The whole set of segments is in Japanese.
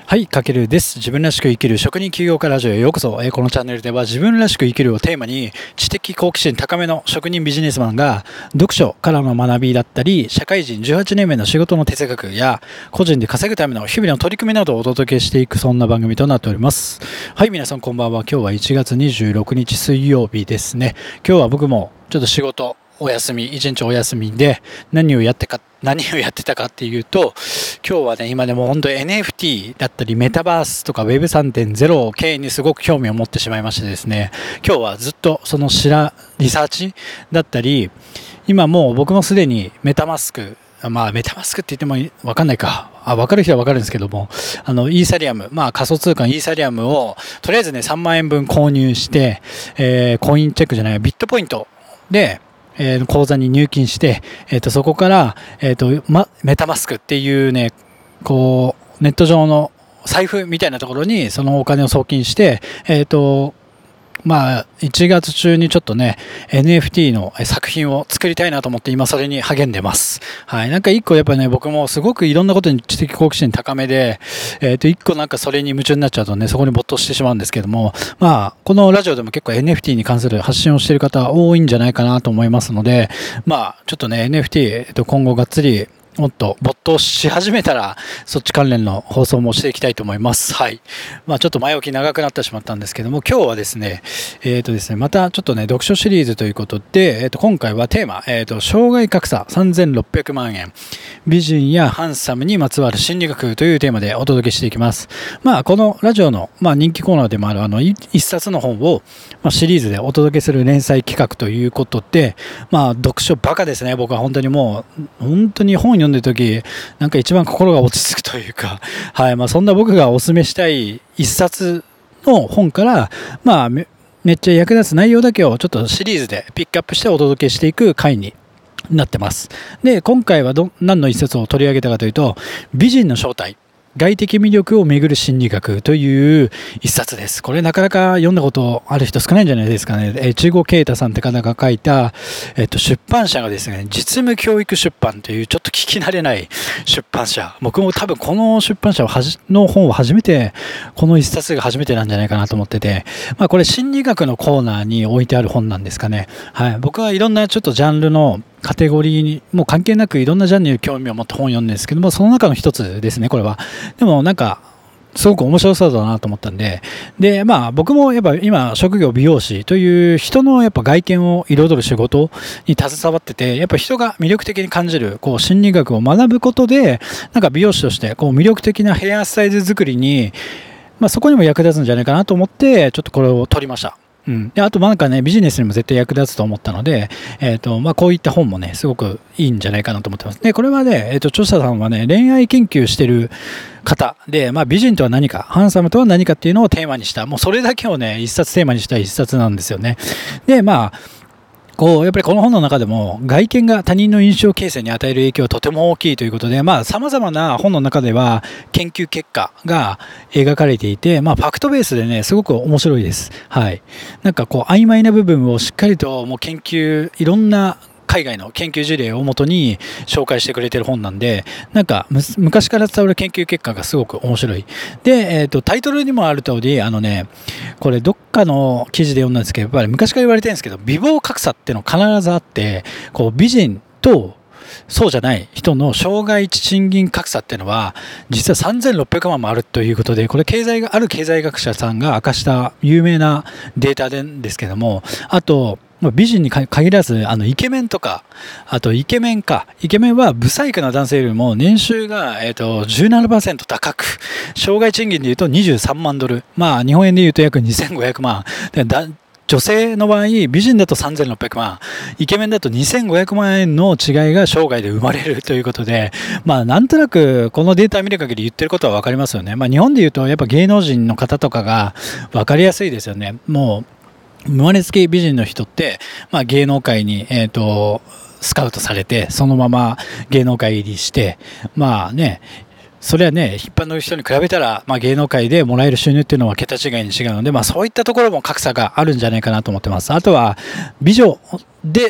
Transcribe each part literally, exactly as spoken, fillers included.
はい、かけるです。自分らしく生きる職人起業家ラジオへようこそ。えーこのチャンネルでは自分らしく生きるをテーマに知的好奇心高めの職人ビジネスマンが読書からの学びだったり、社会人じゅうはちねんめの仕事の哲学や個人で稼ぐための日々の取り組みなどをお届けしていく、そんな番組となっております。はい、皆さんこんばんは。今日はいちがつにじゅうろくにち水曜日ですね。今日は僕もちょっと仕事お休み、一日お休みで何をやってか何をやってたかっていうと、今日はね、今でも本当 エヌエフティー だったりメタバースとか ウェブさんてんゼロ 系にすごく興味を持ってしまいましてですね、今日はずっとその知らリサーチだったり、今もう僕もすでにメタマスク、まあメタマスクって言っても分かんないか、あ分かる人は分かるんですけども、あのイーサリアム、まあ仮想通貨のイーサリアムをとりあえずねさんまんえんぶん購入して、えー、コインチェックじゃないビットポイントでえー、口座に入金して、えー、とそこから、えーとま、メタマスクっていうね、こうネット上の財布みたいなところにそのお金を送金して、えーとまあ、いちがつ中にちょっとね エヌエフティー の作品を作りたいなと思って今それに励んでます。はい、なんか一個やっぱね、僕もすごくいろんなことに知的好奇心高めで、えっと一個なんかそれに夢中になっちゃうとね、そこに没頭してしまうんですけども、まあこのラジオでも結構 エヌエフティー に関する発信をしている方多いんじゃないかなと思いますので、まあちょっとね エヌエフティー、えっと今後がっつりもっと没頭し始めたらそっち関連の放送もしていきたいと思います。はい。まあちょっと前置き長くなってしまったんですけども、今日はですね、えっとですね、またちょっとね読書シリーズということで、えっと今回はテーマ、えっと生涯格差さんぜんろっぴゃくまんえん、美人やハンサムにまつわる心理学というテーマでお届けしていきます。まあこのラジオのまあ人気コーナーでもあるあの一冊の本をまあシリーズでお届けする連載企画ということで、まあ読書バカですね。僕は本当にもう本当に本読んでる時なんか一番心が落ち着くというか、はい、まあそんな僕がお勧めしたい一冊の本から、まあめ、めっちゃ役立つ内容だけをちょっとシリーズでピックアップしてお届けしていく回になってます。で、今回はど何の一冊を取り上げたかというと、美人の正体、外的魅力をめぐる心理学という一冊です。これなかなか読んだことある人少ないんじゃないですかね。え千穂啓太さんって方が書いた、えっと、出版社がですね、実務教育出版というちょっと聞き慣れない出版社。僕も多分この出版社ははじの本は初めて、この一冊が初めてなんじゃないかなと思ってて、まあこれ心理学のコーナーに置いてある本なんですかね。はい。僕はいろんなちょっとジャンルのカテゴリーにもう関係なくいろんなジャンルに興味を持って本を読んでるんですけども、その中の一つですね、これは。でもなんかすごく面白そうだなと思ったんで、でまあ僕もやっぱ今職業美容師という人のやっぱ外見を彩る仕事に携わってて、やっぱ人が魅力的に感じるこう心理学を学ぶことで、なんか美容師としてこう魅力的なヘアスタイル作りに、まあそこにも役立つんじゃないかなと思ってちょっとこれを取りました。うん、であとなんかね、ビジネスにも絶対役立つと思ったので、えーとまあ、こういった本もねすごくいいんじゃないかなと思ってます。でこれはね、えーと著者さんはね恋愛研究してる方で、まあ、美人とは何かハンサムとは何かっていうのをテーマにした、もうそれだけをね一冊テーマにした一冊なんですよね。でまあこうやっぱりこの本の中でも外見が他人の印象形成に与える影響はとても大きいということで、まあ様々な本の中では研究結果が描かれていて、まあファクトベースでねすごく面白いです。はい。なんかこう曖昧な部分をしっかりともう研究、いろんな海外の研究事例をもとに紹介してくれてる本なんで、なんか昔から伝わる研究結果がすごく面白い。で、えーと、タイトルにもある通り、あのね、これどっかの記事で読んだんですけど、やっぱり昔から言われてるんですけど、美貌格差っていうの必ずあって、こう美人とそうじゃない人の生涯賃金格差っていうのは実はさんぜんろっぴゃくまんもあるということで、これ経済がある経済学者さんが明かした有名なデータですけども、あと美人に限らずあのイケメンとか、あとイケメンかイケメンはブサイクな男性よりも年収が、えー、と じゅうななパーセント 高く、生涯賃金でいうとにじゅうさんまんドル、まあ日本円でいうと約にせんごひゃくまんで、だ女性の場合美人だとさんぜんろっぴゃくまん、イケメンだとにせんごひゃくまんえんの違いが生涯で生まれるということで、まあなんとなくこのデータを見る限り言ってることは分かりますよね。まあ日本でいうとやっぱ芸能人の方とかが分かりやすいですよね。もう生まれつき美人の人って、まあ、芸能界に、えーと、スカウトされてそのまま芸能界入りして、まあね、それはね一般の人に比べたら、まあ、芸能界でもらえる収入っていうのは桁違いに違うので、まあ、そういったところも格差があるんじゃないかなと思ってます。あとは美女で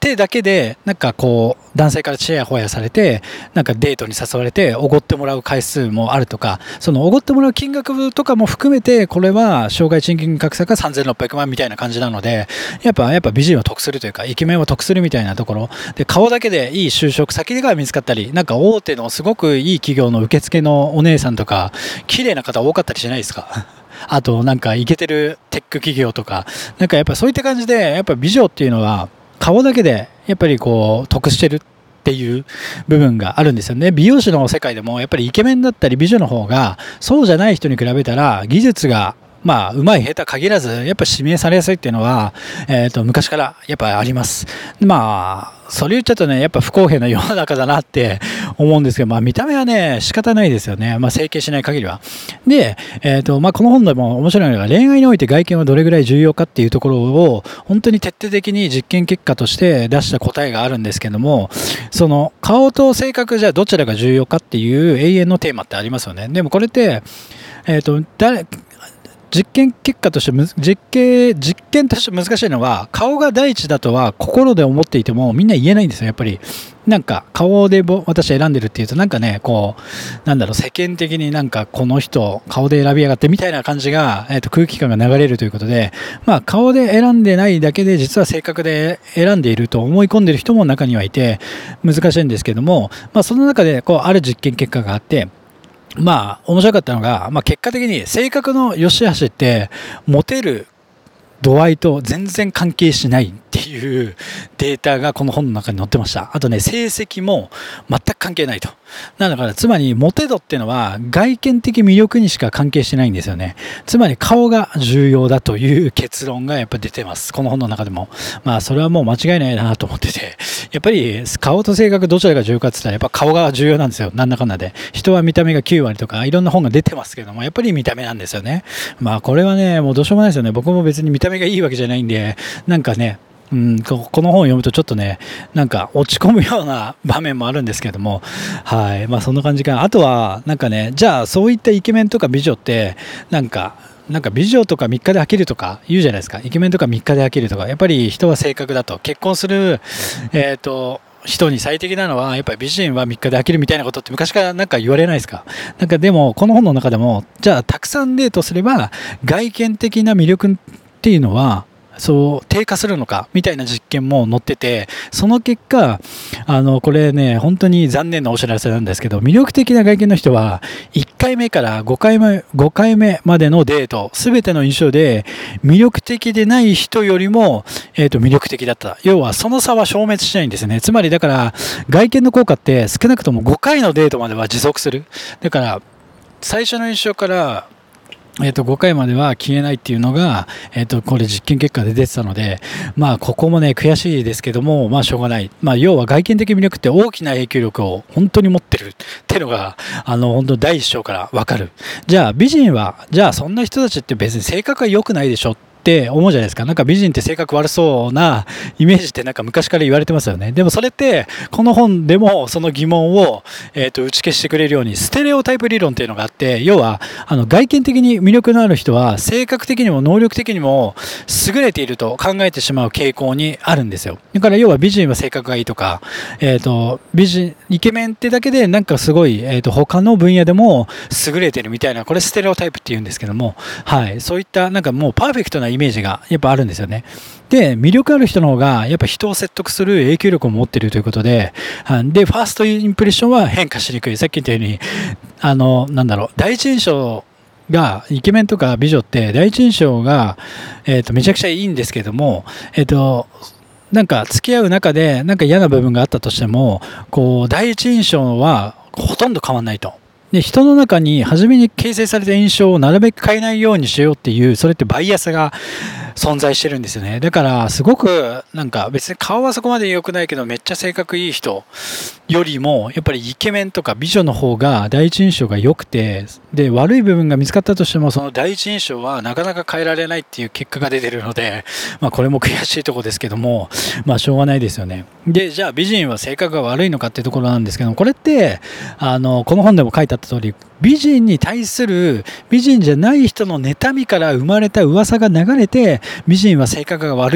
手だけでなんかこう男性からチヤホヤされてなんかデートに誘われておごってもらう回数もあるとか、そのおごってもらう金額とかも含めてこれは生涯賃金格差がさんぜんろっぴゃくまんみたいな感じなので、やっぱやっぱ美人は得するというかイケメンは得するみたいなところで、顔だけでいい就職先が見つかったり、なんか大手のすごくいい企業の受付のお姉さんとか綺麗な方多かったりしないですか？あとなんかイケてるテック企業とか、なんかやっぱそういった感じでやっぱ美女っていうのは顔だけでやっぱりこう得してるっていう部分があるんですよね。美容師の世界でもやっぱりイケメンだったり美女の方がそうじゃない人に比べたら技術がまあ上手い下手限らずやっぱ指名されやすいっていうのは、えー、と昔からやっぱあります。まあそれ言っちゃうとねやっぱ不公平な世の中だなって思うんですけど、まあ見た目はね仕方ないですよね。まあ整形しない限りは。で、えーとまあ、この本でも面白いのが恋愛において外見はどれぐらい重要かっていうところを本当に徹底的に実験結果として出した答えがあるんですけども、その顔と性格じゃどちらが重要かっていう永遠のテーマってありますよね。でもこれって、えーと誰実験結果としてむ実験実験として難しいのは、顔が第一だとは心で思っていてもみんな言えないんですよ。やっぱりなんか顔で私選んでるっていうとなんかねこうなんだろう世間的になんかこの人顔で選びやがってみたいな感じが、えーと空気感が流れるということで、まあ顔で選んでないだけで実は性格で選んでいると思い込んでいる人も中にはいて難しいんですけども、まあその中でこうある実験結果があって、まあ面白かったのが、まあ、結果的に性格の良し悪しってモテる度合いと全然関係しないっていうデータがこの本の中に載ってました。あとね成績も全く関係ないと。だからつまりモテ度っていうのは外見的魅力にしか関係してないんですよね。つまり顔が重要だという結論がやっぱり出てます、この本の中でも。まあそれはもう間違いないなと思ってて、やっぱり顔と性格どちらが重要かって言ったらやっぱ顔が重要なんですよ。なんだかんだで人は見た目がきゅうわりとかいろんな本が出てますけども、やっぱり見た目なんですよね。まあこれはねもうどうしようもないですよね。僕も別に見た目がいいわけじゃないんで、なんかねうん、この本を読むとちょっとねなんか落ち込むような場面もあるんですけども、はい、まあそんな感じかな。あとはなんかね、じゃあそういったイケメンとか美女ってなんかなんか美女とかみっかで飽きるとか言うじゃないですか。イケメンとかみっかで飽きるとか、やっぱり人は性格だと。結婚するえっと人に最適なのはやっぱり美人はみっかで飽きるみたいなことって昔からなんか言われないですか。なんかでもこの本の中でもじゃあたくさんデートすれば外見的な魅力っていうのはそう低下するのかみたいな実験も載ってて、その結果あのこれね本当に残念なお知らせなんですけど、魅力的な外見の人はいっかいめからごかいめごかいめまでのデート全ての印象で魅力的でない人よりも、えーと魅力的だった。要はその差は消滅しないんですね。つまりだから外見の効果って少なくともごかいのデートまでは持続する。だから最初の印象からえー、とごかいまでは消えないっていうのが、えー、とこれ実験結果で出てたので、まあここもね悔しいですけども、まあしょうがない。まあ要は外見的魅力って大きな影響力を本当に持ってるっていうのがあの本当第一章からわかる。じゃあ美人はじゃあそんな人たちって別に性格は良くないでしょって思うじゃないですか。なんか美人って性格悪そうなイメージってなんか昔から言われてますよね。でもそれってこの本でもその疑問を、えー、と打ち消してくれるようにステレオタイプ理論っていうのがあって、要はあの外見的に魅力のある人は性格的にも能力的にも優れていると考えてしまう傾向にあるんですよ。だから要は美人は性格がいいとか、えー、と美人イケメンってだけでなんかすごい、えー、と他の分野でも優れてるみたいな、これステレオタイプっていうんですけども、はい、そういったなんかもうパーフェクトなイメージがやっぱあるんですよね。で魅力ある人の方がやっぱ人を説得する影響力を持っているということで、でファーストインプレッションは変化しにくい。さっき言ったようにあのなんだろう第一印象がイケメンとか美女って第一印象が、えー、とめちゃくちゃいいんですけども、えっ、ー、となんか付き合う中でなんか嫌な部分があったとしてもこう第一印象はほとんど変わらないと。で人の中に初めに形成された印象をなるべく変えないようにしようっていう、それってバイアスが存在してるんですよね。だからすごくなんか別に顔はそこまで良くないけどめっちゃ性格いい人よりもやっぱりイケメンとか美女の方が第一印象が良くて、で悪い部分が見つかったとしてもその第一印象はなかなか変えられないっていう結果が出てるので、まあこれも悔しいところですけども、まあしょうがないですよね。でじゃあ美人は性格が悪いのかっていうところなんですけども、これってあのこの本でも書いてあった通り美人に対する美人じゃない人の妬みから生まれた噂が流れて美人は性格が悪いっ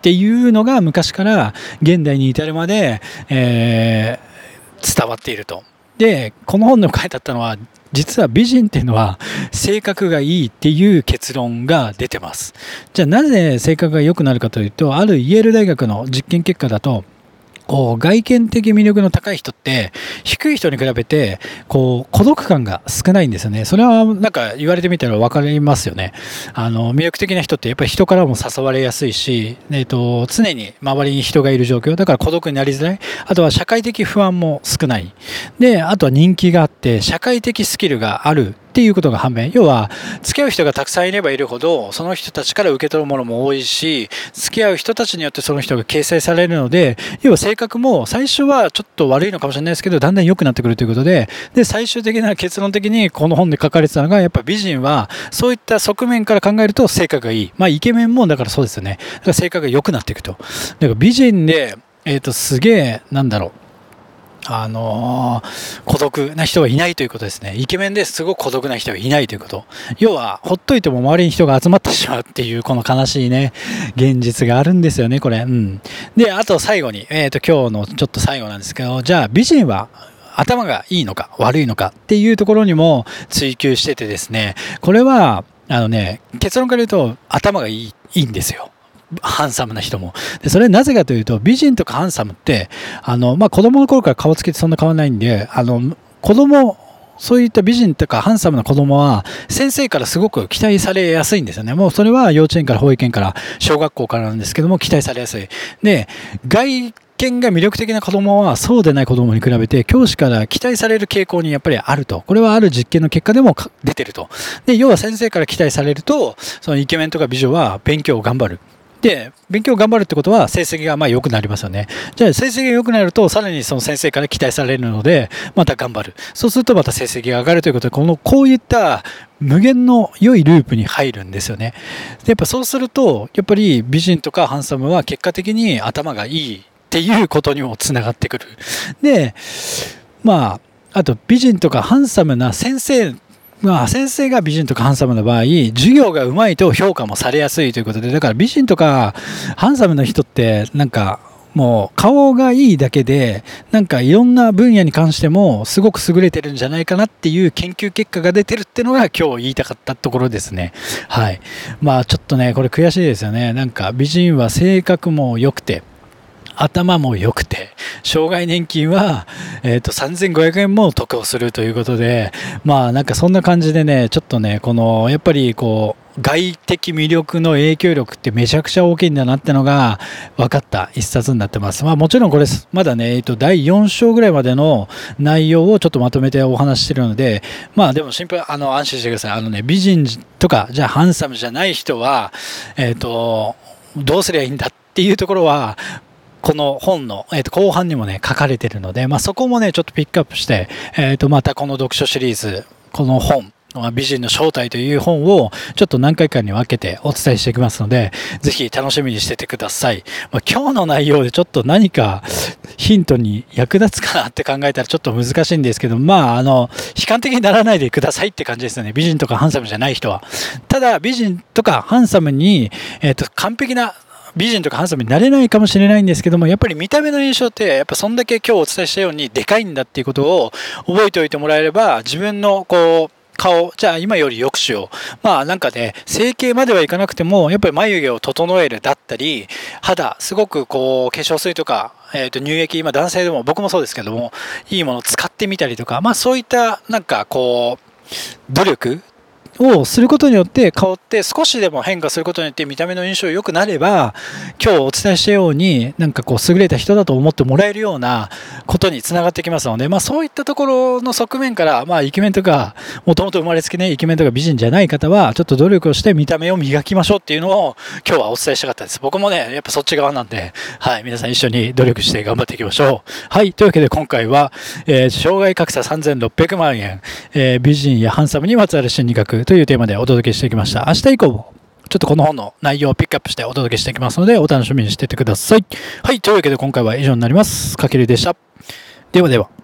っていうのが昔から現代に至るまで、えー、伝わっていると。でこの本の書いてあったのは、実は美人っていうのは性格がいいっていう結論が出てます。じゃあなぜ性格が良くなるかというと、あるイェール大学の実験結果だと、こう外見的魅力の高い人って低い人に比べてこう孤独感が少ないんですよね。それはなんか言われてみたら分かりますよね。あの魅力的な人ってやっぱり人からも誘われやすいし、えーと、常に周りに人がいる状況だから孤独になりづらい。あとは社会的不安も少ない。で、あとは人気があって社会的スキルがあるっていうことが判明。要は付き合う人がたくさんいればいるほどその人たちから受け取るものも多いし、付き合う人たちによってその人が形成されるので、要は性格も最初はちょっと悪いのかもしれないですけど、だんだん良くなってくるということで、で最終的な結論的にこの本で書かれてたのが、やっぱ美人はそういった側面から考えると性格がいい。まあイケメンもだからそうですよね。だから性格が良くなっていくと。だから美人でえっとすげえなんだろう。あのー、孤独な人はいないということですね。イケメンですごく孤独な人はいないということ。要は、ほっといても周りに人が集まってしまうっていう、この悲しいね、現実があるんですよね、これ。うん。で、あと最後に、えっと、今日のちょっと最後なんですけど、じゃあ、美人は、頭がいいのか悪いのかっていうところにも追求しててですね、これは、あのね、結論から言うと、頭がいい、いいんですよ。ハンサムな人も。で、それはなぜかというと、美人とかハンサムって、あの、まあ、子供の頃から顔つきってそんな変わらないんで、あの、子供、そういった美人とかハンサムな子供は、先生からすごく期待されやすいんですよね。もうそれは幼稚園から保育園から小学校からなんですけども、期待されやすい。で、外見が魅力的な子供はそうでない子供に比べて教師から期待される傾向にやっぱりあると。これはある実験の結果でも出てると。で、要は先生から期待されると、そのイケメンとか美女は勉強を頑張る。で、勉強を頑張るってことは成績がまあ良くなりますよね。じゃあ成績が良くなるとさらにその先生から期待されるのでまた頑張る。そうするとまた成績が上がるということで、このこういった無限の良いループに入るんですよね。で、やっぱそうするとやっぱり美人とかハンサムは結果的に頭がいいっていうことにもつながってくる。で、まああと美人とかハンサムな先生まあ、先生が美人とかハンサムな場合、授業が上手いと評価もされやすいということで、だから美人とかハンサムな人ってなんかもう顔がいいだけでなんかいろんな分野に関してもすごく優れてるんじゃないかなっていう研究結果が出てるっていうのが今日言いたかったところですね。はい。まあちょっとねこれ悔しいですよね。なんか美人は性格も良くて頭も良くて障害年金は、えー、とさんぜんごひゃくえんも得をするということで、まあなんかそんな感じでね、ちょっとねこのやっぱりこう外的魅力の影響力ってめちゃくちゃ大きいんだなってのが分かった一冊になってます。まあもちろんこれまだね、えー、とだいよん章ぐらいまでの内容をちょっとまとめてお話ししてるので、まあでも心配あの安心してください。あのね美人とかじゃあハンサムじゃない人はえっ、ー、とどうすりゃいいんだっていうところはこの本の、えー、と後半にもね書かれているので、まあ、そこもねちょっとピックアップして、えー、とまたこの読書シリーズこの本美人の正体という本をちょっと何回かに分けてお伝えしていきますので、ぜひ楽しみにしててください。まあ、今日の内容でちょっと何かヒントに役立つかなって考えたらちょっと難しいんですけど、まああの悲観的にならないでくださいって感じですよね。美人とかハンサムじゃない人は。ただ美人とかハンサムに、えー、と完璧な美人とかハンサムになれないかもしれないんですけども、やっぱり見た目の印象ってやっぱそんだけ今日お伝えしたようにでかいんだっていうことを覚えておいてもらえれば、自分のこう顔じゃあ今より良くしよう、まあなんかね整形まではいかなくてもやっぱり眉毛を整えるだったり、肌すごくこう化粧水とか、えー、と乳液、今男性でも僕もそうですけどもいいものを使ってみたりとか、まあそういったなんかこう努力をすることによって顔って少しでも変化することによって見た目の印象良くなれば、今日お伝えしたようになんかこう優れた人だと思ってもらえるようなことにつながってきますので、まあそういったところの側面から、まあイケメンとかもともと生まれつきねイケメンとか美人じゃない方はちょっと努力をして見た目を磨きましょうっていうのを今日はお伝えしたかったです。僕もねやっぱそっち側なんで、はい皆さん一緒に努力して頑張っていきましょう。はい、というわけで今回は、えー、障害格差さんぜんろっぴゃくまんえん、えー、美人やハンサムにまつわる心理学というテーマでお届けしていきました。明日以降もちょっとこの本の内容をピックアップしてお届けしていきますのでお楽しみにしていてください。はい、というわけで今回は以上になります。かけるでした。ではでは。